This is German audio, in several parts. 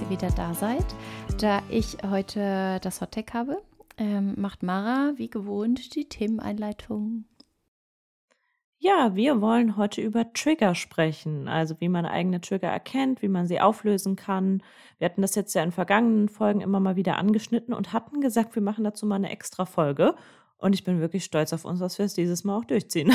ihr wieder da seid. Da ich heute das Hot Take habe, macht Mara wie gewohnt die Themeneinleitung. Ja, wir wollen heute über Trigger sprechen, also wie man eigene Trigger erkennt, wie man sie auflösen kann. Wir hatten das jetzt ja in vergangenen Folgen immer mal wieder angeschnitten und hatten gesagt, wir machen dazu mal eine extra Folge. Und ich bin wirklich stolz auf uns, dass wir es dieses Mal auch durchziehen.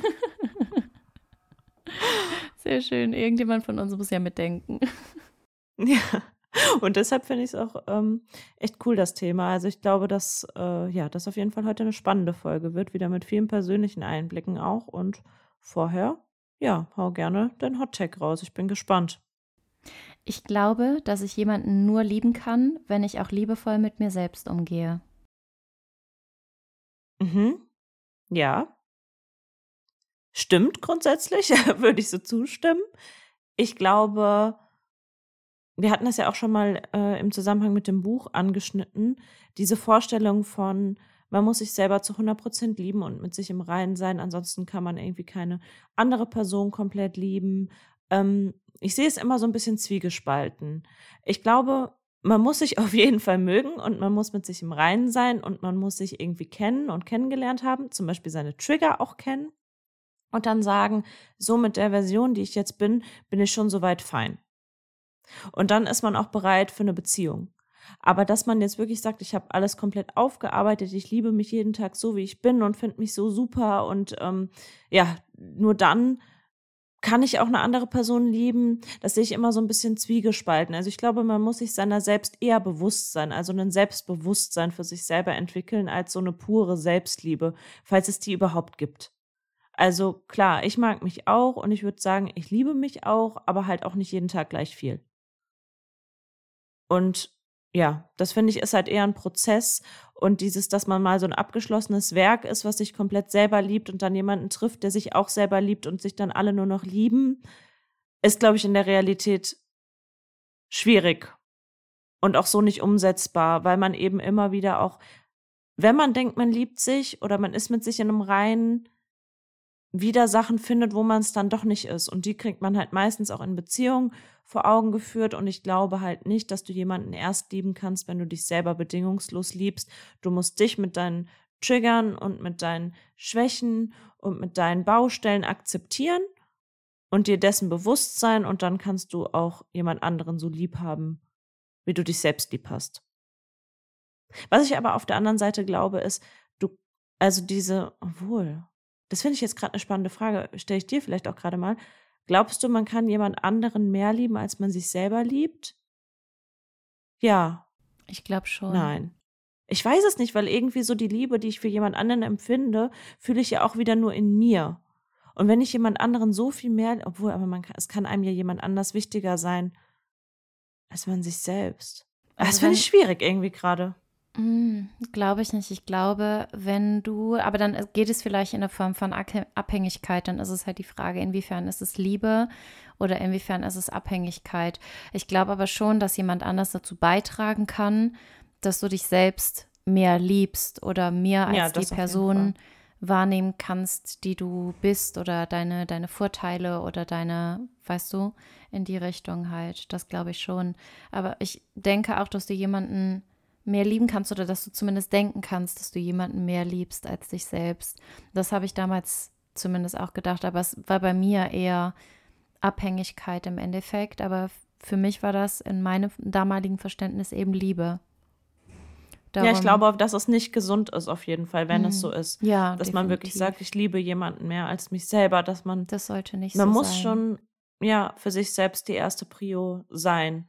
Sehr schön, irgendjemand von uns muss ja mitdenken. Ja, und deshalb finde ich es auch echt cool, das Thema. Also ich glaube, dass das auf jeden Fall heute eine spannende Folge wird, wieder mit vielen persönlichen Einblicken auch. Und vorher, hau gerne dein Hot Take raus. Ich bin gespannt. Ich glaube, dass ich jemanden nur lieben kann, wenn ich auch liebevoll mit mir selbst umgehe. Ja. Stimmt grundsätzlich, würde ich so zustimmen. Ich glaube, wir hatten das ja auch schon mal im Zusammenhang mit dem Buch angeschnitten, diese Vorstellung von, man muss sich selber zu 100% lieben und mit sich im Reinen sein, ansonsten kann man irgendwie keine andere Person komplett lieben. Ich sehe es immer so ein bisschen zwiegespalten. Ich glaube, man muss sich auf jeden Fall mögen und man muss mit sich im Reinen sein und man muss sich irgendwie kennen und kennengelernt haben, zum Beispiel seine Trigger auch kennen und dann sagen, so mit der Version, die ich jetzt bin ich schon soweit fein. Und dann ist man auch bereit für eine Beziehung. Aber dass man jetzt wirklich sagt, ich habe alles komplett aufgearbeitet, ich liebe mich jeden Tag so, wie ich bin und finde mich so super und nur dann kann ich auch eine andere Person lieben. Das sehe ich immer so ein bisschen zwiegespalten. Also ich glaube, man muss sich seiner selbst eher bewusst sein, also ein Selbstbewusstsein für sich selber entwickeln, als so eine pure Selbstliebe, falls es die überhaupt gibt. Also klar, ich mag mich auch und ich würde sagen, ich liebe mich auch, aber halt auch nicht jeden Tag gleich viel. Und ja, das finde ich ist halt eher ein Prozess und dieses, dass man mal so ein abgeschlossenes Werk ist, was sich komplett selber liebt und dann jemanden trifft, der sich auch selber liebt und sich dann alle nur noch lieben, ist, glaube ich, in der Realität schwierig und auch so nicht umsetzbar, weil man eben immer wieder auch, wenn man denkt, man liebt sich oder man ist mit sich in einem Reinen, wieder Sachen findet, wo man es dann doch nicht ist. Und die kriegt man halt meistens auch in Beziehungen vor Augen geführt. Und ich glaube halt nicht, dass du jemanden erst lieben kannst, wenn du dich selber bedingungslos liebst. Du musst dich mit deinen Triggern und mit deinen Schwächen und mit deinen Baustellen akzeptieren und dir dessen bewusst sein. Und dann kannst du auch jemand anderen so lieb haben, wie du dich selbst lieb hast. Was ich aber auf der anderen Seite glaube, ist, das finde ich jetzt gerade eine spannende Frage, stelle ich dir vielleicht auch gerade mal. Glaubst du, man kann jemand anderen mehr lieben, als man sich selber liebt? Ja. Ich glaube schon. Nein. Ich weiß es nicht, weil irgendwie so die Liebe, die ich für jemand anderen empfinde, fühle ich ja auch wieder nur in mir. Und wenn ich jemand anderen so viel mehr, es kann einem ja jemand anders wichtiger sein, als man sich selbst. Das finde ich schwierig irgendwie gerade. Glaube ich nicht. Ich glaube, aber dann geht es vielleicht in der Form von Abhängigkeit, dann ist es halt die Frage, inwiefern ist es Liebe oder inwiefern ist es Abhängigkeit. Ich glaube aber schon, dass jemand anders dazu beitragen kann, dass du dich selbst mehr liebst oder mehr als die Person wahrnehmen kannst, die du bist oder deine Vorteile oder weißt du, in die Richtung halt. Das glaube ich schon. Aber ich denke auch, dass du jemanden mehr lieben kannst oder dass du zumindest denken kannst, dass du jemanden mehr liebst als dich selbst. Das habe ich damals zumindest auch gedacht, aber es war bei mir eher Abhängigkeit im Endeffekt, aber für mich war das in meinem damaligen Verständnis eben Liebe. Ja, ich glaube auch, dass es nicht gesund ist auf jeden Fall, wenn es so ist. Ja, dass man wirklich sagt, ich liebe jemanden mehr als mich selber, das sollte nicht so sein. Man muss schon, für sich selbst die erste Prio sein.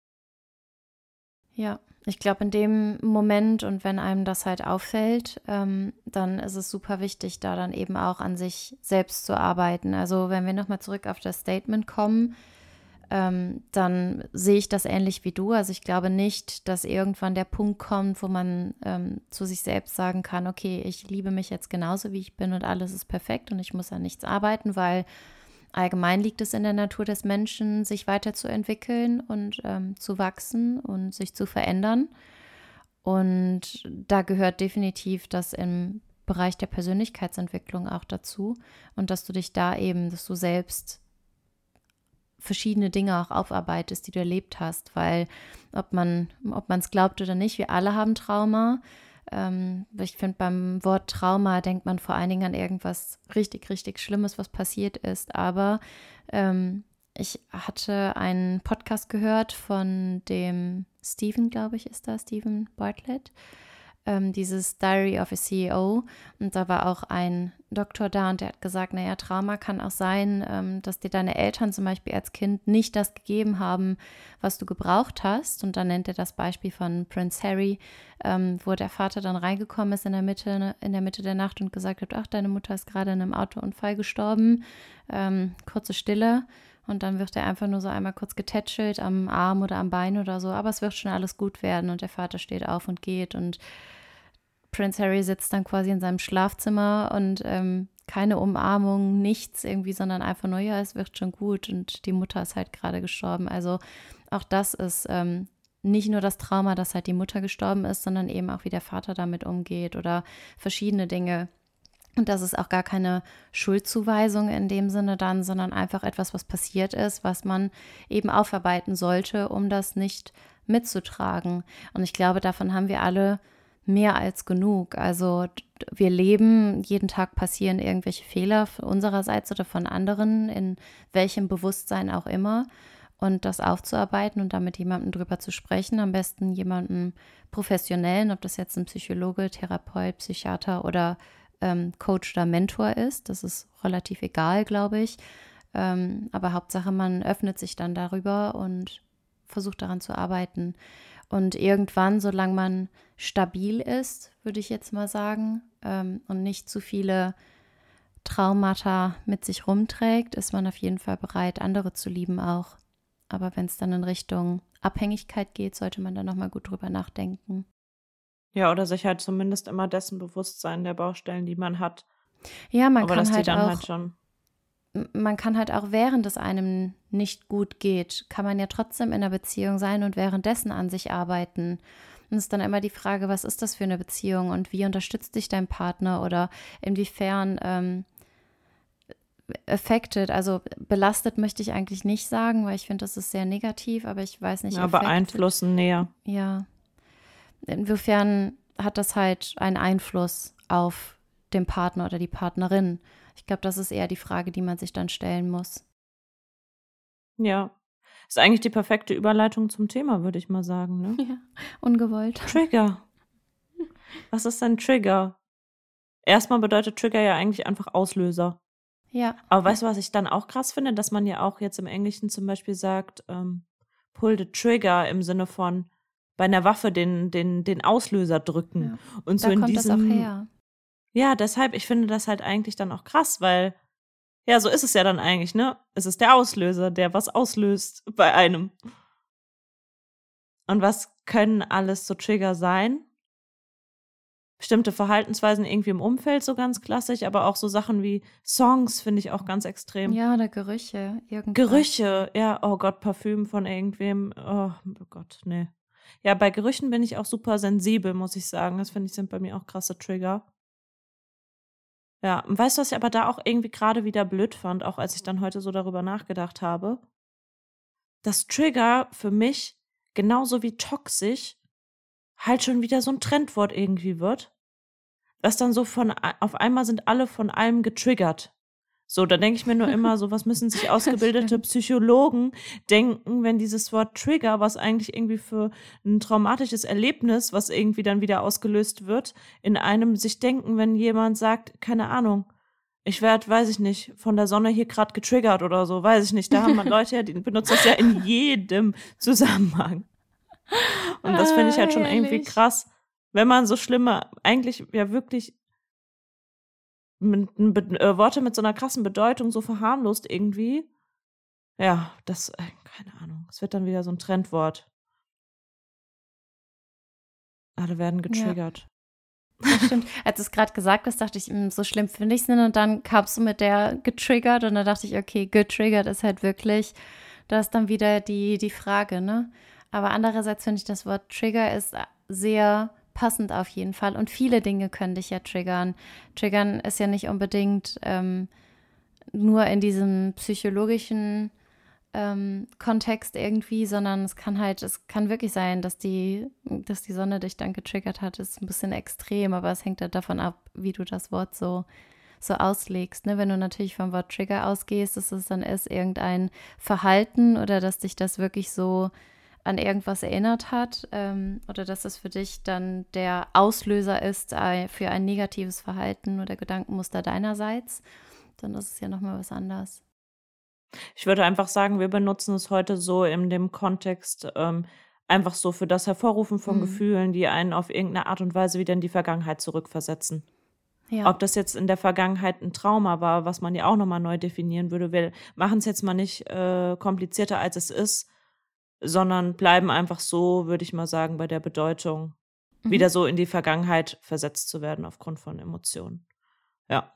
Ja, ich glaube, in dem Moment und wenn einem das halt auffällt, dann ist es super wichtig, da dann eben auch an sich selbst zu arbeiten. Also wenn wir nochmal zurück auf das Statement kommen, dann sehe ich das ähnlich wie du. Also ich glaube nicht, dass irgendwann der Punkt kommt, wo man zu sich selbst sagen kann, okay, ich liebe mich jetzt genauso, wie ich bin und alles ist perfekt und ich muss an nichts arbeiten, weil allgemein liegt es in der Natur des Menschen, sich weiterzuentwickeln und zu wachsen und sich zu verändern. Und da gehört definitiv das im Bereich der Persönlichkeitsentwicklung auch dazu. Und dass du dich da eben, dass du selbst verschiedene Dinge auch aufarbeitest, die du erlebt hast, weil ob man es glaubt oder nicht, wir alle haben Trauma. Ich finde, beim Wort Trauma denkt man vor allen Dingen an irgendwas richtig, richtig Schlimmes, was passiert ist. Aber ich hatte einen Podcast gehört von dem Stephen, glaube ich, ist da, Stephen Bartlett, dieses Diary of a CEO. Und da war auch ein Doktor da und der hat gesagt, naja, Trauma kann auch sein, dass dir deine Eltern zum Beispiel als Kind nicht das gegeben haben, was du gebraucht hast. Und dann nennt er das Beispiel von Prince Harry, wo der Vater dann reingekommen ist in der Mitte der Nacht und gesagt hat, ach, deine Mutter ist gerade in einem Autounfall gestorben. Kurze Stille. Und dann wird er einfach nur so einmal kurz getätschelt am Arm oder am Bein oder so. Aber es wird schon alles gut werden. Und der Vater steht auf und geht. Und Prince Harry sitzt dann quasi in seinem Schlafzimmer und keine Umarmung, nichts irgendwie, sondern einfach nur, ja, es wird schon gut. Und die Mutter ist halt gerade gestorben. Also auch das ist nicht nur das Trauma, dass halt die Mutter gestorben ist, sondern eben auch, wie der Vater damit umgeht oder verschiedene Dinge. Und das ist auch gar keine Schuldzuweisung in dem Sinne dann, sondern einfach etwas, was passiert ist, was man eben aufarbeiten sollte, um das nicht mitzutragen. Und ich glaube, davon haben wir alle mehr als genug. Also wir leben, jeden Tag passieren irgendwelche Fehler unsererseits oder von anderen, in welchem Bewusstsein auch immer. Und das aufzuarbeiten und da mit jemandem drüber zu sprechen, am besten jemandem Professionellen, ob das jetzt ein Psychologe, Therapeut, Psychiater oder Coach oder Mentor ist. Das ist relativ egal, glaube ich. Aber Hauptsache, man öffnet sich dann darüber und versucht daran zu arbeiten. Und irgendwann, solange man stabil ist, würde ich jetzt mal sagen, und nicht zu viele Traumata mit sich rumträgt, ist man auf jeden Fall bereit, andere zu lieben auch. Aber wenn es dann in Richtung Abhängigkeit geht, sollte man da nochmal gut drüber nachdenken. Ja, oder sich halt zumindest immer dessen bewusst sein, der Baustellen, die man hat. Ja, man Aber kann dass die halt dann auch, halt schon. man kann halt auch, während es einem nicht gut geht, kann man ja trotzdem in einer Beziehung sein und währenddessen an sich arbeiten. Und es ist dann immer die Frage, was ist das für eine Beziehung und wie unterstützt dich dein Partner oder inwiefern affected, also belastet möchte ich eigentlich nicht sagen, weil ich finde, das ist sehr negativ, aber ich weiß nicht. Ja, beeinflussen näher. Ja. Inwiefern hat das halt einen Einfluss auf den Partner oder die Partnerin? Ich glaube, das ist eher die Frage, die man sich dann stellen muss. Ja. Ist eigentlich die perfekte Überleitung zum Thema, würde ich mal sagen, ne? Ja, ungewollt. Trigger. Was ist ein Trigger? Erstmal bedeutet Trigger ja eigentlich einfach Auslöser. Ja. Aber weißt du, was ich dann auch krass finde? Dass man ja auch jetzt im Englischen zum Beispiel sagt, pull the trigger im Sinne von bei einer Waffe den Auslöser drücken. Ja. Und so Da in kommt diesem, das auch her. Ja, deshalb, ich finde das halt eigentlich dann auch krass, weil, ja, so ist es ja dann eigentlich, ne? Es ist der Auslöser, der was auslöst bei einem. Und was können alles so Trigger sein? Bestimmte Verhaltensweisen irgendwie im Umfeld, so ganz klassisch, aber auch so Sachen wie Songs finde ich auch ganz extrem. Ja, oder Gerüche. Irgendwas. Gerüche, ja, oh Gott, Parfüm von irgendwem, oh Gott, nee. Ja, bei Gerüchen bin ich auch super sensibel, muss ich sagen. Das finde ich sind bei mir auch krasse Trigger. Ja, und weißt du, was ich aber da auch irgendwie gerade wieder blöd fand, auch als ich dann heute so darüber nachgedacht habe? Dass Trigger für mich genauso wie toxisch halt schon wieder so ein Trendwort irgendwie wird. Was dann so auf einmal sind alle von allem getriggert. So, da denke ich mir nur immer so, was müssen sich ausgebildete Psychologen denken, wenn dieses Wort Trigger, was eigentlich irgendwie für ein traumatisches Erlebnis, was irgendwie dann wieder ausgelöst wird, in einem sich denken, wenn jemand sagt, keine Ahnung, ich werde, weiß ich nicht, von der Sonne hier gerade getriggert oder so, weiß ich nicht. Da haben man Leute ja, die benutzen das ja in jedem Zusammenhang. Und das finde ich halt schon irgendwie krass, wenn man so schlimme, eigentlich ja wirklich Worte mit so einer krassen Bedeutung so verharmlost irgendwie. Ja, das, keine Ahnung. Es wird dann wieder so ein Trendwort. Alle werden getriggert. Ja, das stimmt. Als du es gerade gesagt hast, dachte ich, so schlimm finde ich es nicht. Und dann kamst du mit der getriggert und dann dachte ich, okay, getriggert ist halt wirklich, da ist dann wieder die Frage, ne? Aber andererseits finde ich, das Wort Trigger ist sehr passend auf jeden Fall. Und viele Dinge können dich ja triggern. Triggern ist ja nicht unbedingt nur in diesem psychologischen Kontext irgendwie, sondern es kann wirklich sein, dass die Sonne dich dann getriggert hat. Ist ein bisschen extrem, aber es hängt halt davon ab, wie du das Wort so auslegst. Ne? Wenn du natürlich vom Wort Trigger ausgehst, dass es dann ist irgendein Verhalten oder dass dich das wirklich so an irgendwas erinnert hat oder dass es für dich dann der Auslöser ist für ein negatives Verhalten oder Gedankenmuster deinerseits, dann ist es ja nochmal was anderes. Ich würde einfach sagen, wir benutzen es heute so in dem Kontext einfach so für das Hervorrufen von Gefühlen, die einen auf irgendeine Art und Weise wieder in die Vergangenheit zurückversetzen. Ja. Ob das jetzt in der Vergangenheit ein Trauma war, was man ja auch nochmal neu definieren würde. Wir machen es jetzt mal nicht komplizierter, als es ist, sondern bleiben einfach so, würde ich mal sagen, bei der Bedeutung, wieder so in die Vergangenheit versetzt zu werden aufgrund von Emotionen. Ja.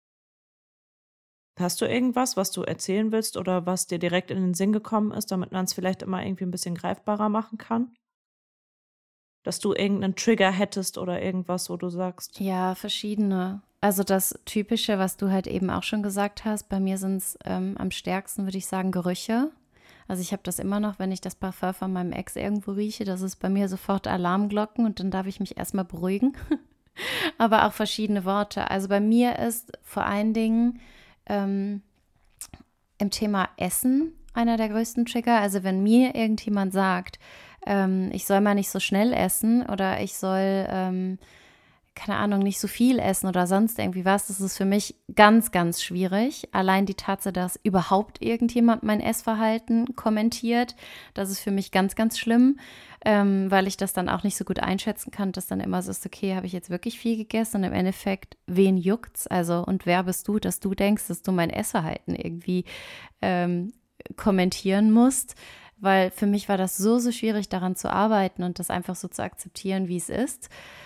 Hast du irgendwas, was du erzählen willst oder was dir direkt in den Sinn gekommen ist, damit man es vielleicht immer irgendwie ein bisschen greifbarer machen kann? Dass du irgendeinen Trigger hättest oder irgendwas, wo du sagst. Ja, verschiedene. Also das Typische, was du halt eben auch schon gesagt hast, bei mir sind es am stärksten, würde ich sagen, Gerüche. Also ich habe das immer noch, wenn ich das Parfum von meinem Ex irgendwo rieche, das ist bei mir sofort Alarmglocken und dann darf ich mich erstmal beruhigen. Aber auch verschiedene Worte. Also bei mir ist vor allen Dingen im Thema Essen einer der größten Trigger. Also wenn mir irgendjemand sagt, ich soll mal nicht so schnell essen oder ich soll, keine Ahnung, nicht so viel essen oder sonst irgendwie was, das ist für mich ganz, ganz schwierig. Allein die Tatsache, dass überhaupt irgendjemand mein Essverhalten kommentiert, das ist für mich ganz, ganz schlimm, weil ich das dann auch nicht so gut einschätzen kann, dass dann immer so ist, okay, habe ich jetzt wirklich viel gegessen und im Endeffekt, wen juckt's? Also, und wer bist du, dass du denkst, dass du mein Essverhalten irgendwie kommentieren musst? Weil für mich war das so, so schwierig, daran zu arbeiten und das einfach so zu akzeptieren, wie es ist.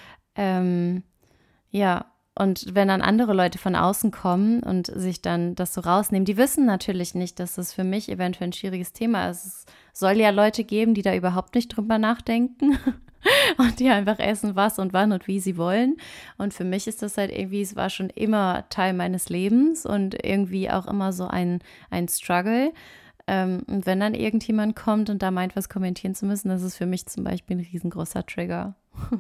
Ja, und wenn dann andere Leute von außen kommen und sich dann das so rausnehmen, die wissen natürlich nicht, dass das für mich eventuell ein schwieriges Thema ist. Es soll ja Leute geben, die da überhaupt nicht drüber nachdenken und die einfach essen, was und wann und wie sie wollen. Und für mich ist das halt irgendwie, es war schon immer Teil meines Lebens und irgendwie auch immer so ein Struggle. Und wenn dann irgendjemand kommt und da meint, was kommentieren zu müssen, das ist für mich zum Beispiel ein riesengroßer Trigger.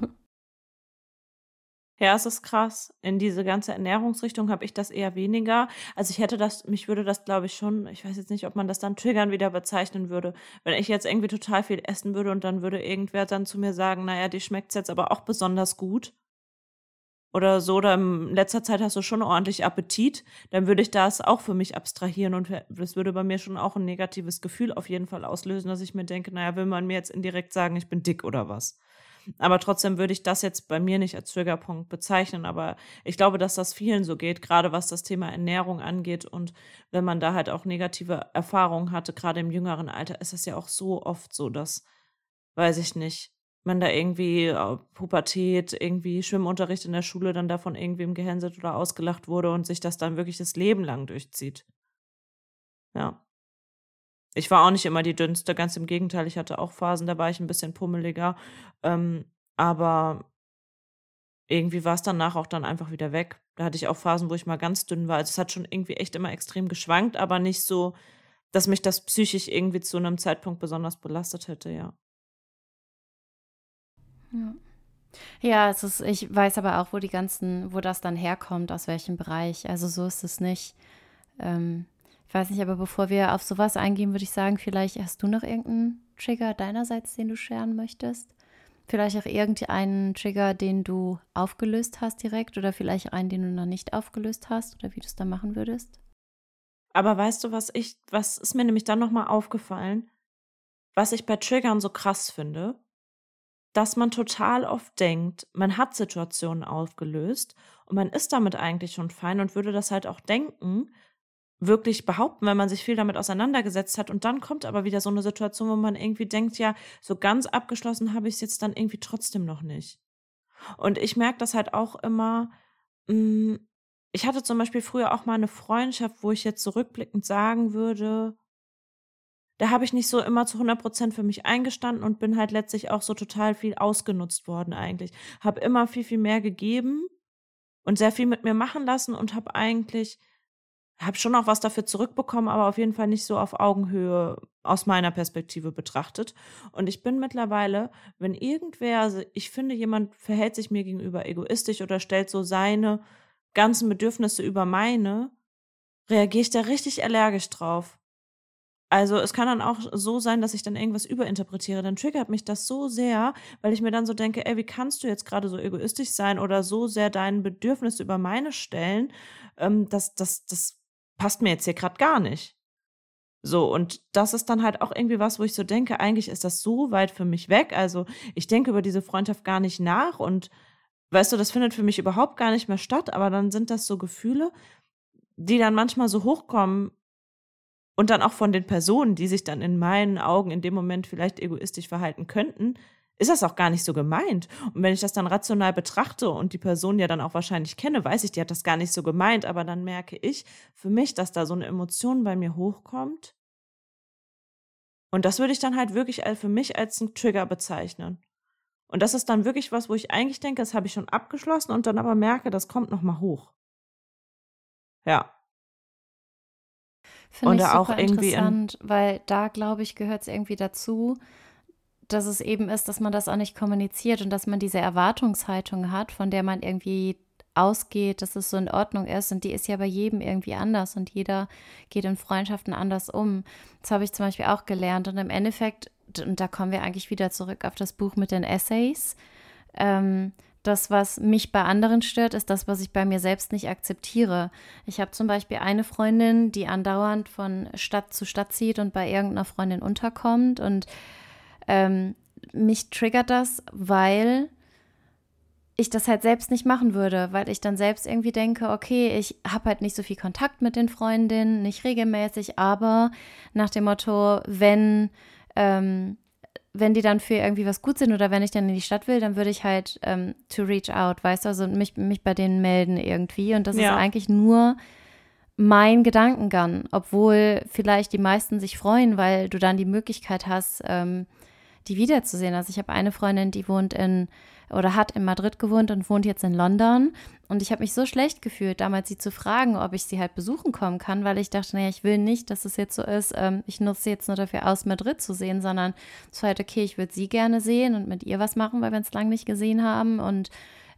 Ja, es ist krass. In diese ganze Ernährungsrichtung habe ich das eher weniger. Also mich würde das, glaube ich, schon, ich weiß jetzt nicht, ob man das dann Triggern wieder bezeichnen würde. Wenn ich jetzt irgendwie total viel essen würde und dann würde irgendwer dann zu mir sagen, naja, die schmeckt's jetzt aber auch besonders gut. Oder so, oder in letzter Zeit hast du schon ordentlich Appetit, dann würde ich das auch für mich abstrahieren und das würde bei mir schon auch ein negatives Gefühl auf jeden Fall auslösen, dass ich mir denke, naja, will man mir jetzt indirekt sagen, ich bin dick oder was? Aber trotzdem würde ich das jetzt bei mir nicht als Triggerpunkt bezeichnen. Aber ich glaube, dass das vielen so geht, gerade was das Thema Ernährung angeht. Und wenn man da halt auch negative Erfahrungen hatte, gerade im jüngeren Alter, ist es ja auch so oft so, dass, weiß ich nicht, man da irgendwie Pubertät, irgendwie Schwimmunterricht in der Schule dann davon irgendwem gehänselt oder ausgelacht wurde und sich das dann wirklich das Leben lang durchzieht. Ja. Ich war auch nicht immer die Dünnste, ganz im Gegenteil. Ich hatte auch Phasen, da war ich ein bisschen pummeliger. Aber irgendwie war es danach auch dann einfach wieder weg. Da hatte ich auch Phasen, wo ich mal ganz dünn war. Also, es hat schon irgendwie echt immer extrem geschwankt, aber nicht so, dass mich das psychisch irgendwie zu einem Zeitpunkt besonders belastet hätte, ja. Ja. Ja, ich weiß aber auch, wo das dann herkommt, aus welchem Bereich. Also so ist es nicht. Ich weiß nicht, aber bevor wir auf sowas eingehen, würde ich sagen, vielleicht hast du noch irgendeinen Trigger deinerseits, den du scheren möchtest? Vielleicht auch irgendeinen Trigger, den du aufgelöst hast direkt oder vielleicht einen, den du noch nicht aufgelöst hast oder wie du es dann machen würdest? Aber weißt du, was ist mir nämlich dann noch mal aufgefallen, was ich bei Triggern so krass finde? Dass man total oft denkt, man hat Situationen aufgelöst und man ist damit eigentlich schon fein und würde das halt auch denken, wirklich behaupten, wenn man sich viel damit auseinandergesetzt hat. Und dann kommt aber wieder so eine Situation, wo man irgendwie denkt, ja, so ganz abgeschlossen habe ich es jetzt dann irgendwie trotzdem noch nicht. Und ich merke das halt auch immer, hm, ich hatte zum Beispiel früher auch mal eine Freundschaft, wo ich jetzt zurückblickend sagen würde, da habe ich nicht so immer zu 100% für mich eingestanden und bin halt letztlich auch so total viel ausgenutzt worden eigentlich. Habe immer viel, viel mehr gegeben und sehr viel mit mir machen lassen und habe eigentlich habe schon auch was dafür zurückbekommen, aber auf jeden Fall nicht so auf Augenhöhe aus meiner Perspektive betrachtet. Und ich bin mittlerweile, wenn irgendwer, also ich finde, jemand verhält sich mir gegenüber egoistisch oder stellt so seine ganzen Bedürfnisse über meine, reagiere ich da richtig allergisch drauf. Also es kann dann auch so sein, dass ich dann irgendwas überinterpretiere. Dann triggert mich das so sehr, weil ich mir dann so denke, ey, wie kannst du jetzt gerade so egoistisch sein oder so sehr dein Bedürfnis über meine stellen? Das passt mir jetzt hier gerade gar nicht. So, und das ist dann halt auch irgendwie was, wo ich so denke, eigentlich ist das so weit für mich weg. Also ich denke über diese Freundschaft gar nicht nach und weißt du, das findet für mich überhaupt gar nicht mehr statt, aber dann sind das so Gefühle, die dann manchmal so hochkommen, und dann auch von den Personen, die sich dann in meinen Augen in dem Moment vielleicht egoistisch verhalten könnten, ist das auch gar nicht so gemeint. Und wenn ich das dann rational betrachte und die Person ja dann auch wahrscheinlich kenne, weiß ich, die hat das gar nicht so gemeint, aber dann merke ich für mich, dass da so eine Emotion bei mir hochkommt. Und das würde ich dann halt wirklich für mich als einen Trigger bezeichnen. Und das ist dann wirklich was, wo ich eigentlich denke, das habe ich schon abgeschlossen und dann aber merke, das kommt nochmal hoch. Ja. Finde ich Oder auch super irgendwie interessant, weil da, glaube ich, gehört es irgendwie dazu, dass es eben ist, dass man das auch nicht kommuniziert und dass man diese Erwartungshaltung hat, von der man irgendwie ausgeht, dass es so in Ordnung ist. Und die ist ja bei jedem irgendwie anders und jeder geht in Freundschaften anders um. Das habe ich zum Beispiel auch gelernt. Und im Endeffekt, und da kommen wir eigentlich wieder zurück auf das Buch mit den Essays, das, was mich bei anderen stört, ist das, was ich bei mir selbst nicht akzeptiere. Ich habe zum Beispiel eine Freundin, die andauernd von Stadt zu Stadt zieht und bei irgendeiner Freundin unterkommt. Und mich triggert das, weil ich das halt selbst nicht machen würde, weil ich dann selbst irgendwie denke, okay, ich habe halt nicht so viel Kontakt mit den Freundinnen, nicht regelmäßig, aber nach dem Motto, wenn die dann für irgendwie was gut sind oder wenn ich dann in die Stadt will, dann würde ich halt to reach out, weißt du, also mich bei denen melden irgendwie. Und das ist eigentlich nur mein Gedankengang, obwohl vielleicht die meisten sich freuen, weil du dann die Möglichkeit hast, die wiederzusehen. Also ich habe eine Freundin, die hat in Madrid gewohnt und wohnt jetzt in London. Und ich habe mich so schlecht gefühlt, damals sie zu fragen, ob ich sie halt besuchen kommen kann, weil ich dachte, naja, ich will nicht, dass es jetzt so ist, ich nutze sie jetzt nur dafür aus, Madrid zu sehen, sondern es war halt okay, ich würde sie gerne sehen und mit ihr was machen, weil wir uns lange nicht gesehen haben. Und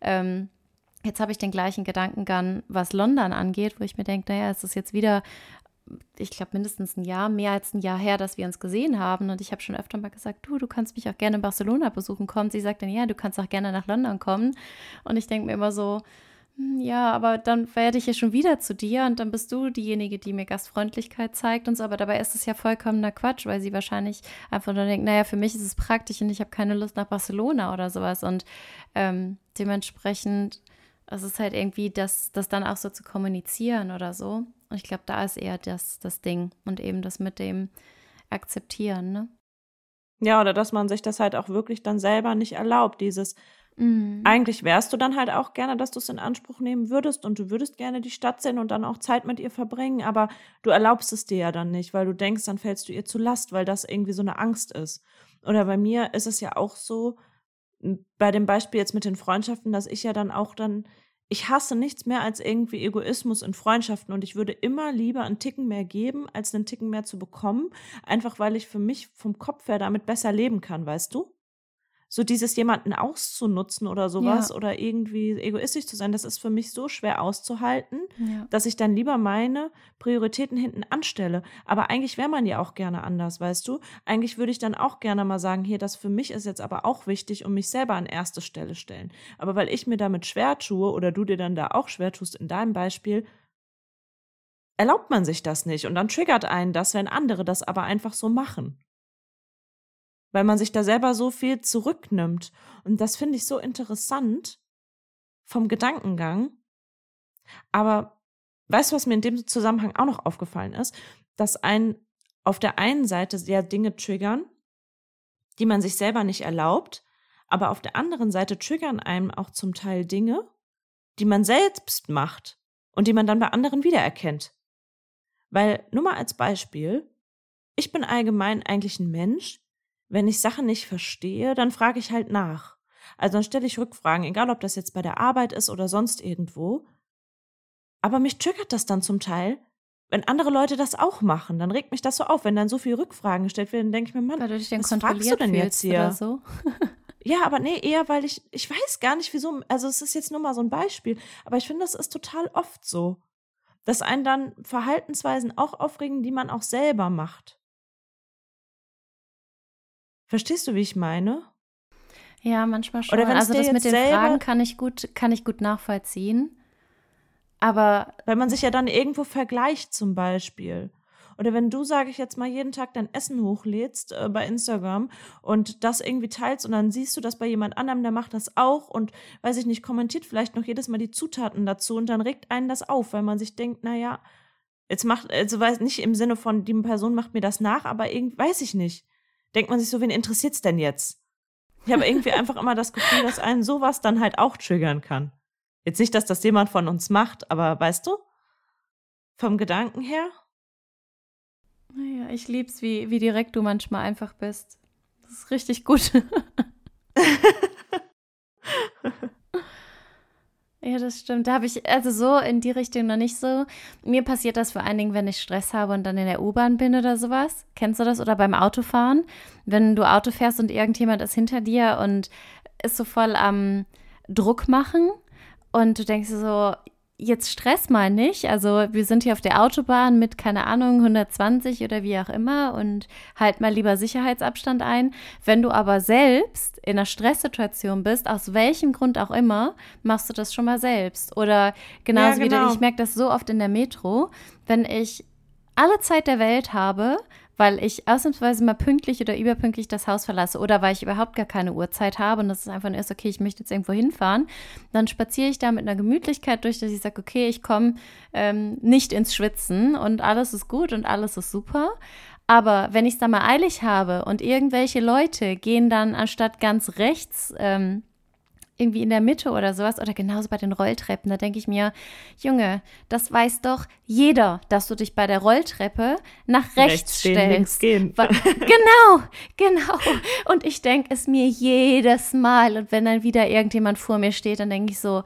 jetzt habe ich den gleichen Gedankengang, was London angeht, wo ich mir denke, naja, es ist jetzt wieder, ich glaube, mindestens ein Jahr, mehr als ein Jahr her, dass wir uns gesehen haben. Und ich habe schon öfter mal gesagt, du kannst mich auch gerne in Barcelona besuchen kommen. Sie sagt dann, ja, du kannst auch gerne nach London kommen. Und ich denke mir immer so, ja, aber dann werde ich ja schon wieder zu dir und dann bist du diejenige, die mir Gastfreundlichkeit zeigt und so. Aber dabei ist es ja vollkommener Quatsch, weil sie wahrscheinlich einfach nur denkt, naja, für mich ist es praktisch und ich habe keine Lust nach Barcelona oder sowas. Und dementsprechend es ist halt irgendwie, das dann auch so zu kommunizieren oder so. Und ich glaube, da ist eher das Ding und eben das mit dem Akzeptieren, ne? Ja, oder dass man sich das halt auch wirklich dann selber nicht erlaubt. Eigentlich wärst du dann halt auch gerne, dass du es in Anspruch nehmen würdest und du würdest gerne die Stadt sehen und dann auch Zeit mit ihr verbringen, aber du erlaubst es dir ja dann nicht, weil du denkst, dann fällst du ihr zu Last, weil das irgendwie so eine Angst ist. Oder bei mir ist es ja auch so, bei dem Beispiel jetzt mit den Freundschaften, dass ich ja dann auch ich hasse nichts mehr als irgendwie Egoismus in Freundschaften und ich würde immer lieber einen Ticken mehr geben, als einen Ticken mehr zu bekommen, einfach weil ich für mich vom Kopf her damit besser leben kann, weißt du? So dieses jemanden auszunutzen oder sowas oder irgendwie egoistisch zu sein, das ist für mich so schwer auszuhalten, dass ich dann lieber meine Prioritäten hinten anstelle. Aber eigentlich wäre man ja auch gerne anders, weißt du? Eigentlich würde ich dann auch gerne mal sagen, hier, das für mich ist jetzt aber auch wichtig und mich selber an erste Stelle stellen. Aber weil ich mir damit schwer tue oder du dir dann da auch schwer tust in deinem Beispiel, erlaubt man sich das nicht und dann triggert einen das, wenn andere das aber einfach so machen. Weil man sich da selber so viel zurücknimmt. Und das finde ich so interessant vom Gedankengang. Aber weißt du, was mir in dem Zusammenhang auch noch aufgefallen ist? Dass einen auf der einen Seite ja Dinge triggern, die man sich selber nicht erlaubt, aber auf der anderen Seite triggern einem auch zum Teil Dinge, die man selbst macht und die man dann bei anderen wiedererkennt. Weil, nur mal als Beispiel, ich bin allgemein eigentlich ein Mensch, wenn ich Sachen nicht verstehe, dann frage ich halt nach. Also dann stelle ich Rückfragen, egal ob das jetzt bei der Arbeit ist oder sonst irgendwo. Aber mich triggert das dann zum Teil, wenn andere Leute das auch machen, dann regt mich das so auf. Wenn dann so viele Rückfragen gestellt werden, denke ich mir, Mann, Weil du dich dann was fragst du kontrolliert denn jetzt fühlst oder hier? so. Ja, aber nee, eher, weil ich weiß gar nicht, wieso, also es ist jetzt nur mal so ein Beispiel, aber ich finde, das ist total oft so, dass einen dann Verhaltensweisen auch aufregen, die man auch selber macht. Verstehst du, wie ich meine? Ja, manchmal schon. Oder wenn es Also dir das mit jetzt den Fragen selber, kann ich gut nachvollziehen. Aber weil man sich ja dann irgendwo vergleicht zum Beispiel. Oder wenn du, sage ich jetzt mal, jeden Tag dein Essen hochlädst bei Instagram und das irgendwie teilst und dann siehst du das bei jemand anderem, der macht das auch und, weiß ich nicht, kommentiert vielleicht noch jedes Mal die Zutaten dazu und dann regt einen das auf, weil man sich denkt, naja, jetzt macht, also weiß nicht im Sinne von, die Person macht mir das nach, aber irgendwie, weiß ich nicht. Denkt man sich so, wen interessiert's denn jetzt? Ich habe irgendwie einfach immer das Gefühl, dass einen sowas dann halt auch triggern kann. Jetzt nicht, dass das jemand von uns macht, aber weißt du, vom Gedanken her? naja, ich lieb's, wie direkt du manchmal einfach bist. Das ist richtig gut. Ja, das stimmt. Da habe ich also so in die Richtung noch nicht so. Mir passiert das vor allen Dingen, wenn ich Stress habe und dann in der U-Bahn bin oder sowas. Kennst du das? Oder beim Autofahren? Wenn du Auto fährst und irgendjemand ist hinter dir und ist so voll am Druck machen und du denkst dir so, jetzt stress mal nicht. Also wir sind hier auf der Autobahn mit, keine Ahnung, 120 oder wie auch immer und halt mal lieber Sicherheitsabstand ein. Wenn du aber selbst in einer Stresssituation bist, aus welchem Grund auch immer, machst du das schon mal selbst. Oder Ja, genauso wie genau. ich merke das so oft in der Metro, wenn ich alle Zeit der Welt habe, weil ich ausnahmsweise mal pünktlich oder überpünktlich das Haus verlasse oder weil ich überhaupt gar keine Uhrzeit habe und das ist einfach nur erst, okay, ich möchte jetzt irgendwo hinfahren, dann spaziere ich da mit einer Gemütlichkeit durch, dass ich sage, okay, ich komme nicht ins Schwitzen und alles ist gut und alles ist super. Aber wenn ich es dann mal eilig habe und irgendwelche Leute gehen dann anstatt ganz rechts irgendwie in der Mitte oder sowas oder genauso bei den Rolltreppen, da denke ich mir, Junge, das weiß doch jeder, dass du dich bei der Rolltreppe nach rechts stehen, links stellst. gehen. Genau. Und ich denke es mir jedes Mal. Und wenn dann wieder irgendjemand vor mir steht, dann denke ich so,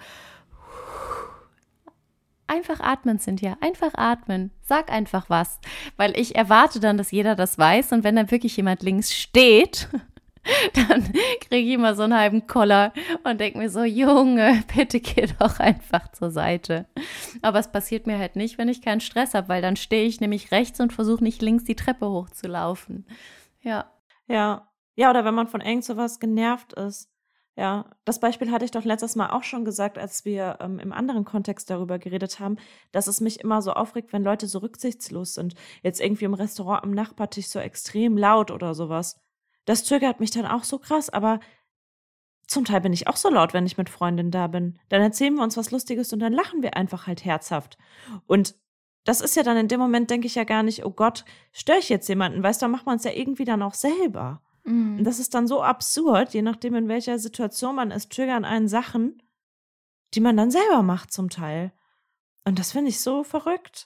einfach atmen, Cynthia, einfach atmen. Sag einfach was. Weil ich erwarte dann, dass jeder das weiß. Und wenn dann wirklich jemand links steht, dann kriege ich immer so einen halben Koller und denke mir so, Junge, bitte geh doch einfach zur Seite. Aber es passiert mir halt nicht, wenn ich keinen Stress habe, weil dann stehe ich nämlich rechts und versuche nicht links die Treppe hochzulaufen. Ja. Ja. Ja, oder wenn man von irgend sowas genervt ist. Ja, das Beispiel hatte ich doch letztes Mal auch schon gesagt, als wir im anderen Kontext darüber geredet haben, dass es mich immer so aufregt, wenn Leute so rücksichtslos sind. Jetzt irgendwie im Restaurant am Nachbartisch so extrem laut oder sowas. Das triggert mich dann auch so krass, aber zum Teil bin ich auch so laut, wenn ich mit Freundinnen da bin. Dann erzählen wir uns was Lustiges und dann lachen wir einfach halt herzhaft. Und das ist ja dann in dem Moment, denke ich ja gar nicht, oh Gott, störe ich jetzt jemanden? Weißt du, dann macht man es ja irgendwie dann auch selber. Und das ist dann so absurd, je nachdem, in welcher Situation man ist, triggern einen Sachen, die man dann selber macht zum Teil. Und das finde ich so verrückt.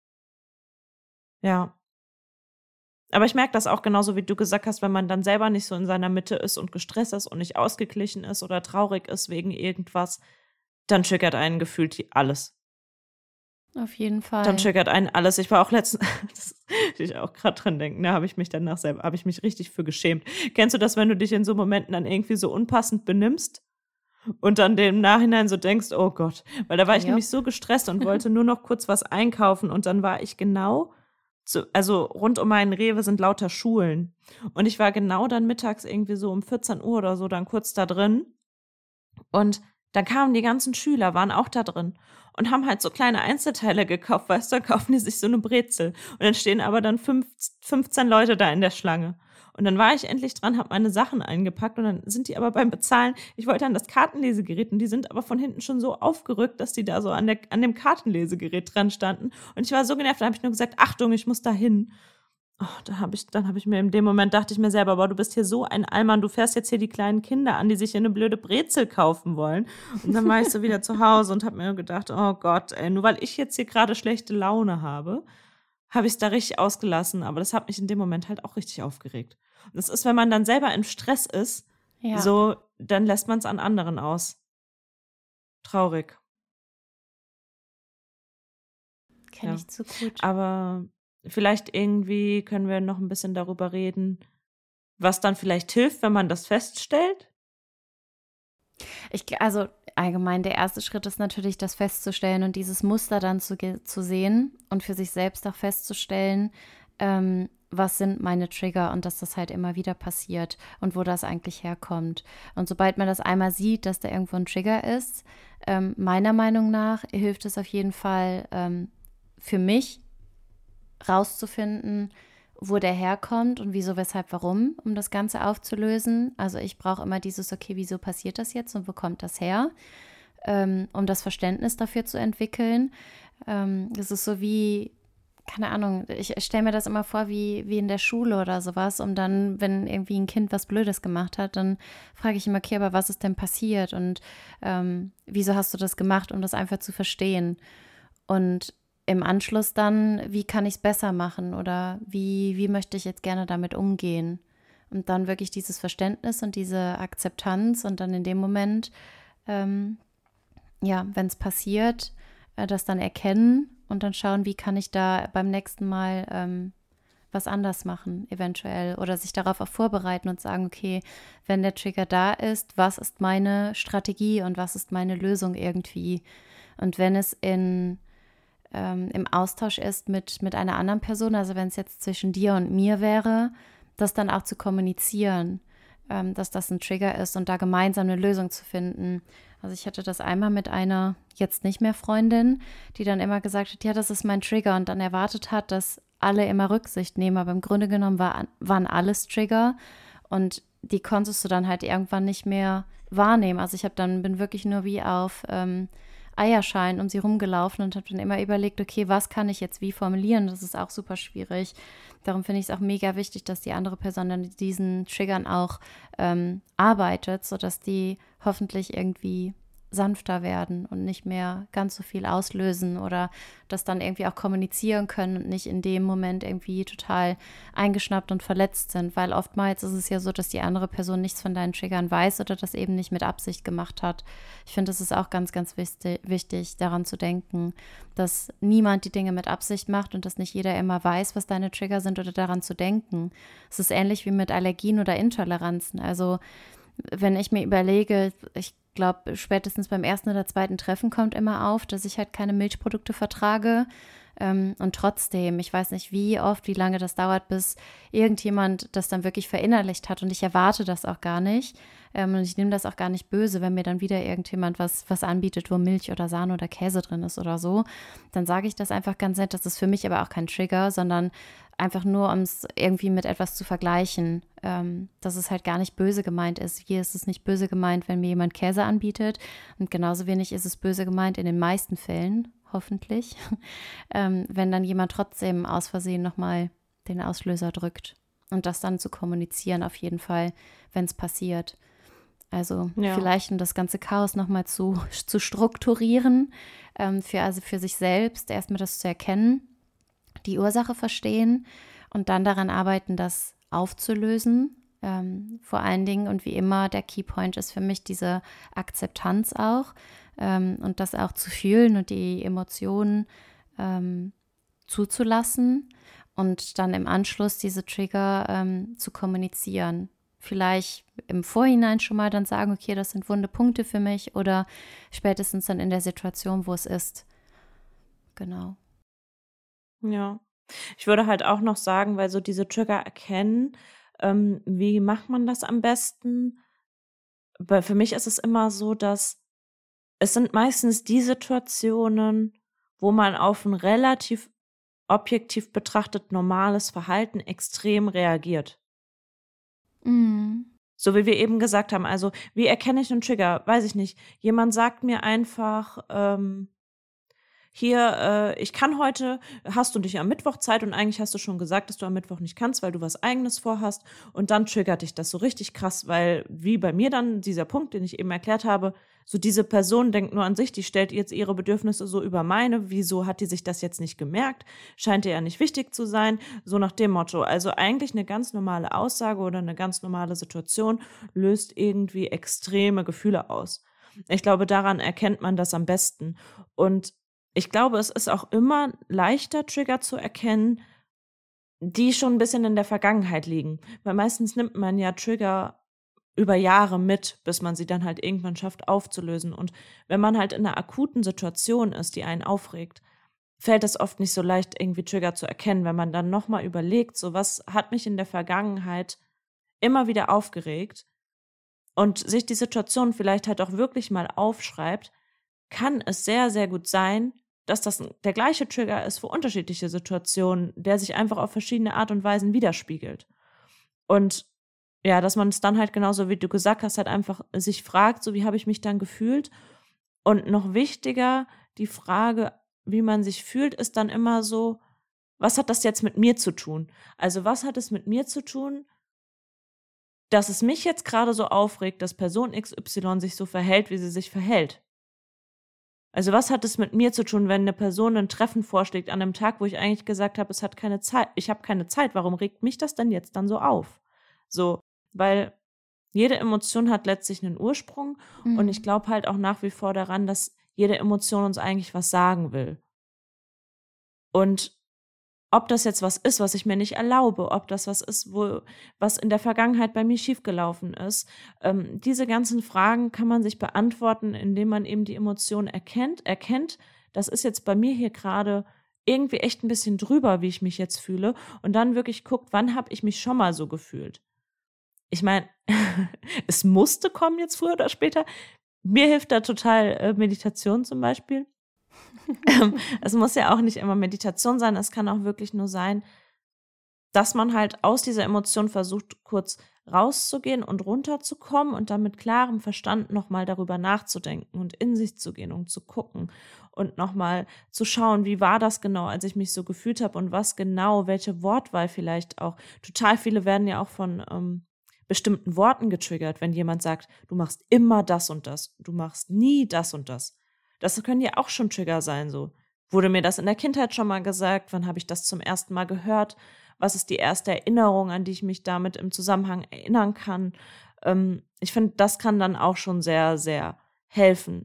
Ja. Aber ich merke das auch genauso, wie du gesagt hast, wenn man dann selber nicht so in seiner Mitte ist und gestresst ist und nicht ausgeglichen ist oder traurig ist wegen irgendwas, dann triggert einen gefühlt alles. Auf jeden Fall. Dann triggert einen alles. Ich war auch letztens, das ich auch gerade dran denken, da habe ich mich danach selber, habe ich mich richtig für geschämt. Kennst du das, wenn du dich in so Momenten dann irgendwie so unpassend benimmst und dann im Nachhinein so denkst, oh Gott, weil da war ich Ja. nämlich so gestresst und wollte nur noch kurz was einkaufen und dann war ich genau also rund um meinen Rewe sind lauter Schulen. Und ich war genau dann mittags irgendwie so um 14 Uhr oder so dann kurz da drin. Und dann kamen die ganzen Schüler, waren auch da drin und haben halt so kleine Einzelteile gekauft, weißt du, dann kaufen die sich so eine Brezel. Und dann stehen aber dann 15 Leute da in der Schlange. Und dann war ich endlich dran, habe meine Sachen eingepackt und dann sind die aber beim Bezahlen, ich wollte an das Kartenlesegerät und die sind aber von hinten schon so aufgerückt, dass die da so an dem Kartenlesegerät dran standen. Und ich war so genervt, da habe ich nur gesagt, Achtung, ich muss da hin. Oh, dann habe ich mir in dem Moment, dachte ich mir selber, boah, du bist hier so ein Allmann, du fährst jetzt hier die kleinen Kinder an, die sich hier eine blöde Brezel kaufen wollen. Und dann war ich so wieder zu Hause und habe mir gedacht, oh Gott, ey, nur weil ich jetzt hier gerade schlechte Laune habe ich es da richtig ausgelassen. Aber das hat mich in dem Moment halt auch richtig aufgeregt. Und das ist, wenn man dann selber im Stress ist, Ja. so, dann lässt man es an anderen aus. Traurig. kenne ich zu gut. Aber vielleicht irgendwie können wir noch ein bisschen darüber reden, was dann vielleicht hilft, wenn man das feststellt. Also allgemein, der erste Schritt ist natürlich, das festzustellen und dieses Muster dann zu sehen und für sich selbst auch festzustellen, was sind meine Trigger und dass das halt immer wieder passiert und wo das eigentlich herkommt. Und sobald man das einmal sieht, dass da irgendwo ein Trigger ist, meiner Meinung nach hilft es auf jeden Fall für mich rauszufinden, wo der herkommt und wieso, weshalb, warum, um das Ganze aufzulösen. Also ich brauche immer dieses, okay, wieso passiert das jetzt und wo kommt das her, um das Verständnis dafür zu entwickeln. Das ist so wie, keine Ahnung, ich stelle mir das immer vor wie in der Schule oder sowas, um dann, wenn irgendwie ein Kind was Blödes gemacht hat, dann frage ich immer, okay, aber was ist denn passiert und wieso hast du das gemacht, um das einfach zu verstehen? Und im Anschluss dann, wie kann ich es besser machen oder wie möchte ich jetzt gerne damit umgehen? Und dann wirklich dieses Verständnis und diese Akzeptanz und dann in dem Moment, ja, wenn es passiert, das dann erkennen und dann schauen, wie kann ich da beim nächsten Mal was anders machen, eventuell. Oder sich darauf auch vorbereiten und sagen, okay, wenn der Trigger da ist, was ist meine Strategie und was ist meine Lösung irgendwie? Und wenn es im Austausch ist mit einer anderen Person, also wenn es jetzt zwischen dir und mir wäre, das dann auch zu kommunizieren, dass das ein Trigger ist und da gemeinsam eine Lösung zu finden. Also ich hatte das einmal mit einer jetzt nicht mehr Freundin, die dann immer gesagt hat, ja, das ist mein Trigger und dann erwartet hat, dass alle immer Rücksicht nehmen, aber im Grunde genommen waren alles Trigger und die konntest du dann halt irgendwann nicht mehr wahrnehmen. Also bin wirklich nur wie auf Eierschein um sie rumgelaufen und habe dann immer überlegt, okay, was kann ich jetzt wie formulieren? Das ist auch super schwierig. Darum finde ich es auch mega wichtig, dass die andere Person dann mit diesen Triggern auch arbeitet, sodass die hoffentlich irgendwie sanfter werden und nicht mehr ganz so viel auslösen oder das dann irgendwie auch kommunizieren können und nicht in dem Moment irgendwie total eingeschnappt und verletzt sind, weil oftmals ist es ja so, dass die andere Person nichts von deinen Triggern weiß oder das eben nicht mit Absicht gemacht hat. Ich finde, es ist auch ganz, ganz wichtig, daran zu denken, dass niemand die Dinge mit Absicht macht und dass nicht jeder immer weiß, was deine Trigger sind oder daran zu denken. Es ist ähnlich wie mit Allergien oder Intoleranzen. Also wenn ich mir überlege, ich glaube, spätestens beim ersten oder zweiten Treffen kommt immer auf, dass ich halt keine Milchprodukte vertrage. Und trotzdem, ich weiß nicht, wie oft, wie lange das dauert, bis irgendjemand das dann wirklich verinnerlicht hat. Und ich erwarte das auch gar nicht. Und ich nehme das auch gar nicht böse, wenn mir dann wieder irgendjemand was anbietet, wo Milch oder Sahne oder Käse drin ist oder so. Dann sage ich das einfach ganz nett. Das ist für mich aber auch kein Trigger, sondern einfach nur, um es irgendwie mit etwas zu vergleichen, dass es halt gar nicht böse gemeint ist. Hier ist es nicht böse gemeint, wenn mir jemand Käse anbietet. Und genauso wenig ist es böse gemeint in den meisten Fällen, hoffentlich, wenn dann jemand trotzdem aus Versehen nochmal den Auslöser drückt. Und das dann zu kommunizieren auf jeden Fall, wenn es passiert. Also vielleicht, um das ganze Chaos nochmal zu strukturieren, für sich selbst erstmal das zu erkennen, die Ursache verstehen und dann daran arbeiten, das aufzulösen. Vor allen Dingen und wie immer, der Keypoint ist für mich diese Akzeptanz auch und das auch zu fühlen und die Emotionen zuzulassen und dann im Anschluss diese Trigger zu kommunizieren. Vielleicht im Vorhinein schon mal dann sagen, okay, das sind wunde Punkte für mich oder spätestens dann in der Situation, wo es ist. Genau. Ja. Ich würde halt auch noch sagen, weil so diese Trigger erkennen, wie macht man das am besten? Weil für mich ist es immer so, dass es sind meistens die Situationen, wo man auf ein relativ objektiv betrachtet normales Verhalten extrem reagiert. Mhm. So wie wir eben gesagt haben, also wie erkenne ich einen Trigger? Weiß ich nicht. Jemand sagt mir einfach, hier, ich kann heute, hast du dich am Mittwoch Zeit und eigentlich hast du schon gesagt, dass du am Mittwoch nicht kannst, weil du was Eigenes vorhast und dann triggert dich das so richtig krass, weil wie bei mir dann dieser Punkt, den ich eben erklärt habe, so diese Person denkt nur an sich, die stellt jetzt ihre Bedürfnisse so über meine, wieso hat die sich das jetzt nicht gemerkt, scheint ihr ja nicht wichtig zu sein, so nach dem Motto. Also eigentlich eine ganz normale Aussage oder eine ganz normale Situation löst irgendwie extreme Gefühle aus. Ich glaube, daran erkennt man das am besten und ich glaube, es ist auch immer leichter, Trigger zu erkennen, die schon ein bisschen in der Vergangenheit liegen. Weil meistens nimmt man ja Trigger über Jahre mit, bis man sie dann halt irgendwann schafft aufzulösen. Und wenn man halt in einer akuten Situation ist, die einen aufregt, fällt es oft nicht so leicht, irgendwie Trigger zu erkennen, wenn man dann nochmal überlegt, so was hat mich in der Vergangenheit immer wieder aufgeregt und sich die Situation vielleicht halt auch wirklich mal aufschreibt, kann es sehr, sehr gut sein, dass das der gleiche Trigger ist für unterschiedliche Situationen, der sich einfach auf verschiedene Art und Weisen widerspiegelt. Und ja, dass man es dann halt genauso, wie du gesagt hast, halt einfach sich fragt, so wie habe ich mich dann gefühlt? Und noch wichtiger, die Frage, wie man sich fühlt, ist dann immer so, was hat das jetzt mit mir zu tun? Also was hat es mit mir zu tun, dass es mich jetzt gerade so aufregt, dass Person XY sich so verhält, wie sie sich verhält? Also was hat es mit mir zu tun, wenn eine Person ein Treffen vorschlägt an einem Tag, wo ich eigentlich gesagt habe, es hat keine Zeit, ich habe keine Zeit, warum regt mich das denn jetzt dann so auf? So, weil jede Emotion hat letztlich einen Ursprung und ich glaube halt auch nach wie vor daran, dass jede Emotion uns eigentlich was sagen will. Und ob das jetzt was ist, was ich mir nicht erlaube, ob das was ist, was in der Vergangenheit bei mir schiefgelaufen ist, diese ganzen Fragen kann man sich beantworten, indem man eben die Emotion erkennt, das ist jetzt bei mir hier gerade irgendwie echt ein bisschen drüber, wie ich mich jetzt fühle und dann wirklich guckt, wann habe ich mich schon mal so gefühlt. Ich meine, es musste kommen jetzt früher oder später. Mir hilft da total Meditation zum Beispiel. Es muss ja auch nicht immer Meditation sein, es kann auch wirklich nur sein, dass man halt aus dieser Emotion versucht, kurz rauszugehen und runterzukommen und dann mit klarem Verstand nochmal darüber nachzudenken und in sich zu gehen und zu gucken und nochmal zu schauen, wie war das genau, als ich mich so gefühlt habe und was genau, welche Wortwahl vielleicht auch. Total viele werden ja auch von bestimmten Worten getriggert, wenn jemand sagt, du machst immer das und das, du machst nie das und das. Das können ja auch schon Trigger sein, so. Wurde mir das in der Kindheit schon mal gesagt? Wann habe ich das zum ersten Mal gehört? Was ist die erste Erinnerung, an die ich mich damit im Zusammenhang erinnern kann? Ich finde, das kann dann auch schon sehr, sehr helfen.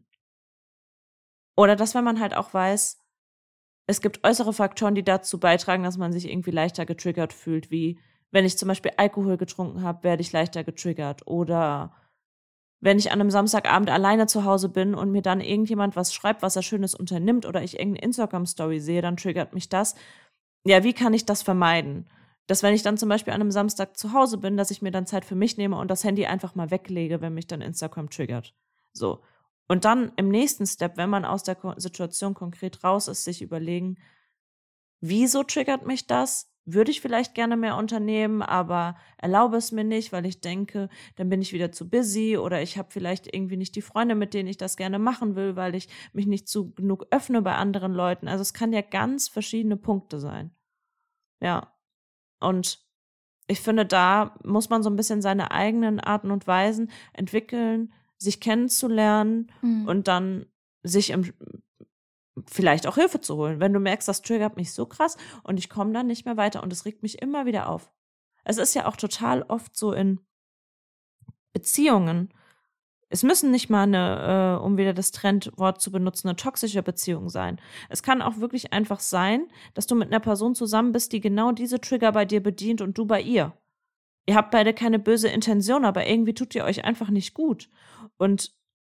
Oder dass, wenn man halt auch weiß, es gibt äußere Faktoren, die dazu beitragen, dass man sich irgendwie leichter getriggert fühlt, wie wenn ich zum Beispiel Alkohol getrunken habe, werde ich leichter getriggert. Oder wenn ich an einem Samstagabend alleine zu Hause bin und mir dann irgendjemand was schreibt, was er Schönes unternimmt oder ich irgendeine Instagram-Story sehe, dann triggert mich das. Ja, wie kann ich das vermeiden? Dass wenn ich dann zum Beispiel an einem Samstag zu Hause bin, dass ich mir dann Zeit für mich nehme und das Handy einfach mal weglege, wenn mich dann Instagram triggert. So. Und dann im nächsten Step, wenn man aus der Situation konkret raus ist, sich überlegen, wieso triggert mich das? Würde ich vielleicht gerne mehr unternehmen, aber erlaube es mir nicht, weil ich denke, dann bin ich wieder zu busy oder ich habe vielleicht irgendwie nicht die Freunde, mit denen ich das gerne machen will, weil ich mich nicht zu genug öffne bei anderen Leuten. Also es kann ja ganz verschiedene Punkte sein. Ja, und ich finde, da muss man so ein bisschen seine eigenen Arten und Weisen entwickeln, sich kennenzulernen und dann sich vielleicht auch Hilfe zu holen, wenn du merkst, das triggert mich so krass und ich komme dann nicht mehr weiter und es regt mich immer wieder auf. Es ist ja auch total oft so in Beziehungen. Es müssen nicht mal um wieder das Trendwort zu benutzen, eine toxische Beziehung sein. Es kann auch wirklich einfach sein, dass du mit einer Person zusammen bist, die genau diese Trigger bei dir bedient und du bei ihr. Ihr habt beide keine böse Intention, aber irgendwie tut ihr euch einfach nicht gut. Und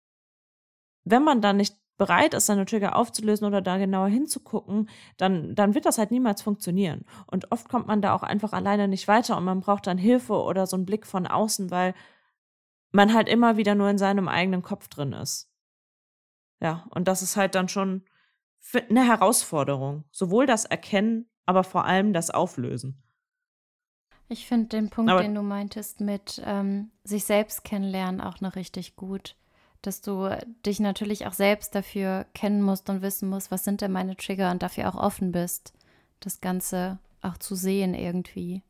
wenn man dann nicht bereit ist, seine Trigger aufzulösen oder da genauer hinzugucken, dann wird das halt niemals funktionieren. Und oft kommt man da auch einfach alleine nicht weiter und man braucht dann Hilfe oder so einen Blick von außen, weil man halt immer wieder nur in seinem eigenen Kopf drin ist. Ja, und das ist halt dann schon eine Herausforderung. Sowohl das Erkennen, aber vor allem das Auflösen. Ich finde den Punkt, den du meintest, mit sich selbst kennenlernen auch noch richtig gut. Dass du dich natürlich auch selbst dafür kennen musst und wissen musst, was sind denn meine Trigger und dafür auch offen bist, das Ganze auch zu sehen irgendwie.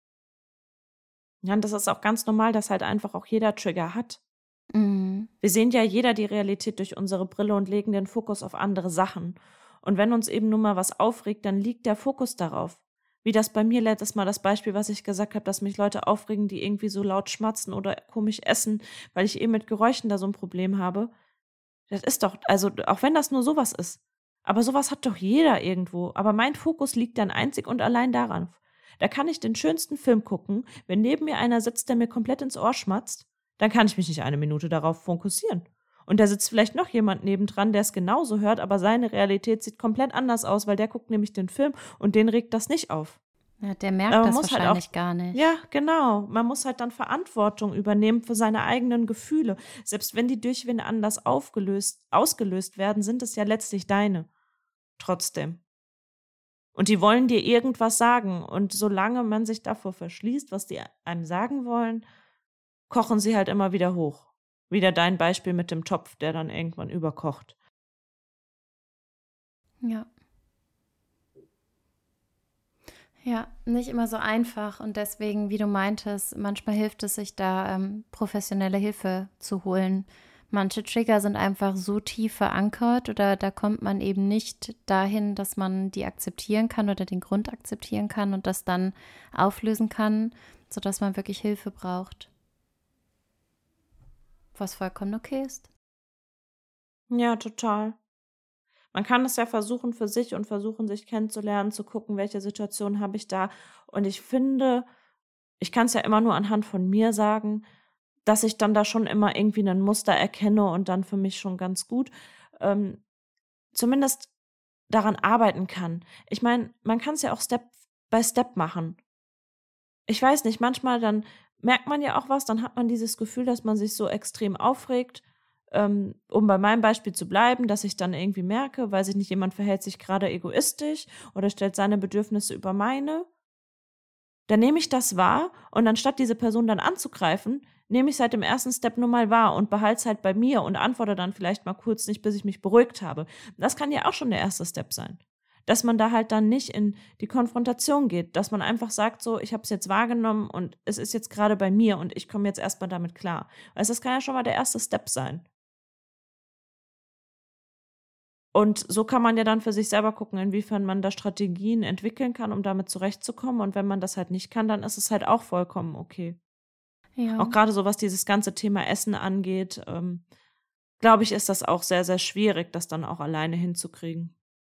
Ja, und das ist auch ganz normal, dass halt einfach auch jeder Trigger hat. Mhm. Wir sehen ja jeder die Realität durch unsere Brille und legen den Fokus auf andere Sachen. Und wenn uns eben nun mal was aufregt, dann liegt der Fokus darauf. Wie das bei mir letztes Mal das Beispiel, was ich gesagt habe, dass mich Leute aufregen, die irgendwie so laut schmatzen oder komisch essen, weil ich eben mit Geräuschen da so ein Problem habe. Das ist doch, also auch wenn das nur sowas ist. Aber sowas hat doch jeder irgendwo. Aber mein Fokus liegt dann einzig und allein daran. Da kann ich den schönsten Film gucken. Wenn neben mir einer sitzt, der mir komplett ins Ohr schmatzt, dann kann ich mich nicht eine Minute darauf fokussieren. Und da sitzt vielleicht noch jemand nebendran, der es genauso hört, aber seine Realität sieht komplett anders aus, weil der guckt nämlich den Film und den regt das nicht auf. Ja, der merkt das wahrscheinlich halt gar nicht. Ja, genau. Man muss halt dann Verantwortung übernehmen für seine eigenen Gefühle. Selbst wenn die durch wen anders ausgelöst werden, sind es ja letztlich deine. Trotzdem. Und die wollen dir irgendwas sagen. Und solange man sich davor verschließt, was die einem sagen wollen, kochen sie halt immer wieder hoch. Wieder dein Beispiel mit dem Topf, der dann irgendwann überkocht. Ja. Ja, nicht immer so einfach und deswegen, wie du meintest, manchmal hilft es sich da, professionelle Hilfe zu holen. Manche Trigger sind einfach so tief verankert oder da kommt man eben nicht dahin, dass man die akzeptieren kann oder den Grund akzeptieren kann und das dann auflösen kann, sodass man wirklich Hilfe braucht. Was vollkommen okay ist. Ja, total. Man kann es ja versuchen für sich und versuchen, sich kennenzulernen, zu gucken, welche Situation habe ich da. Und ich finde, ich kann es ja immer nur anhand von mir sagen, dass ich dann da schon immer irgendwie ein Muster erkenne und dann für mich schon ganz gut zumindest daran arbeiten kann. Ich meine, man kann es ja auch Step by Step machen. Ich weiß nicht, manchmal dann merkt man ja auch was, dann hat man dieses Gefühl, dass man sich so extrem aufregt, um bei meinem Beispiel zu bleiben, dass ich dann irgendwie merke, weiß ich nicht, jemand verhält sich gerade egoistisch oder stellt seine Bedürfnisse über meine, dann nehme ich das wahr und anstatt diese Person dann anzugreifen, nehme ich es halt im ersten Step nur mal wahr und behalte es halt bei mir und antworte dann vielleicht mal kurz nicht, bis ich mich beruhigt habe. Das kann ja auch schon der erste Step sein. Dass man da halt dann nicht in die Konfrontation geht, dass man einfach sagt so, ich habe es jetzt wahrgenommen und es ist jetzt gerade bei mir und ich komme jetzt erstmal damit klar. Also das kann ja schon mal der erste Step sein. Und so kann man ja dann für sich selber gucken, inwiefern man da Strategien entwickeln kann, um damit zurechtzukommen. Und wenn man das halt nicht kann, dann ist es halt auch vollkommen okay. Ja. Auch gerade so, was dieses ganze Thema Essen angeht, glaube ich, ist das auch sehr, sehr schwierig, das dann auch alleine hinzukriegen.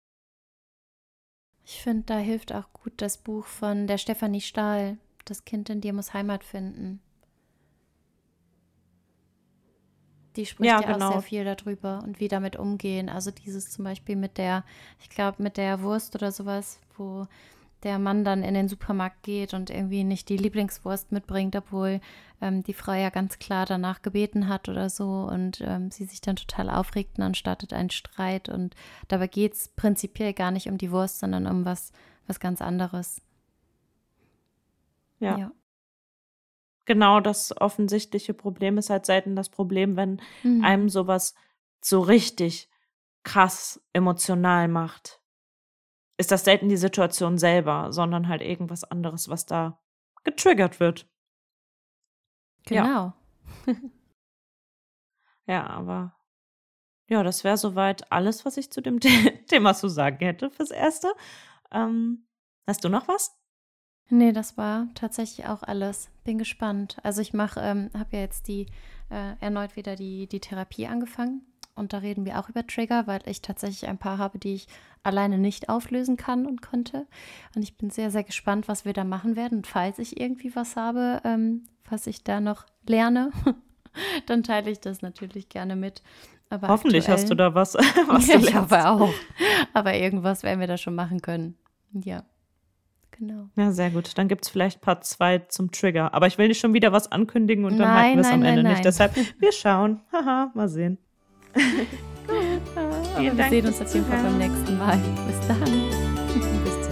Ich finde, da hilft auch gut das Buch von der Stefanie Stahl, Das Kind in dir muss Heimat finden. Die spricht ja genau. auch sehr viel darüber und wie damit umgehen. Also dieses zum Beispiel mit der Wurst oder sowas, wo der Mann dann in den Supermarkt geht und irgendwie nicht die Lieblingswurst mitbringt, obwohl die Frau ja ganz klar danach gebeten hat oder so und sie sich dann total aufregt und dann startet ein Streit und dabei geht es prinzipiell gar nicht um die Wurst, sondern um was ganz anderes. Ja. Genau, das offensichtliche Problem ist halt selten das Problem, wenn einem sowas so richtig krass emotional macht. Ist das selten die Situation selber, sondern halt irgendwas anderes, was da getriggert wird. Genau. Ja, aber ja, das wäre soweit alles, was ich zu dem Thema zu sagen hätte fürs Erste. Hast du noch was? Nee, das war tatsächlich auch alles. Bin gespannt. Also ich habe ja jetzt erneut wieder die Therapie angefangen und da reden wir auch über Trigger, weil ich tatsächlich ein paar habe, die ich alleine nicht auflösen kann und konnte. Und ich bin sehr, sehr gespannt, was wir da machen werden. Und falls ich irgendwie was habe, was ich da noch lerne, dann teile ich das natürlich gerne mit. Aber hoffentlich hast du da was, was ja, du ich hoffe auch. Aber irgendwas werden wir da schon machen können. Ja. Genau. Ja, sehr gut. Dann gibt es vielleicht Part 2 zum Trigger. Aber ich will nicht schon wieder was ankündigen und dann halten wir es am Ende nicht. Deshalb, wir schauen. Haha, mal sehen. Aber wir sehen uns auf jeden Fall beim nächsten Mal. Bis dann. Bis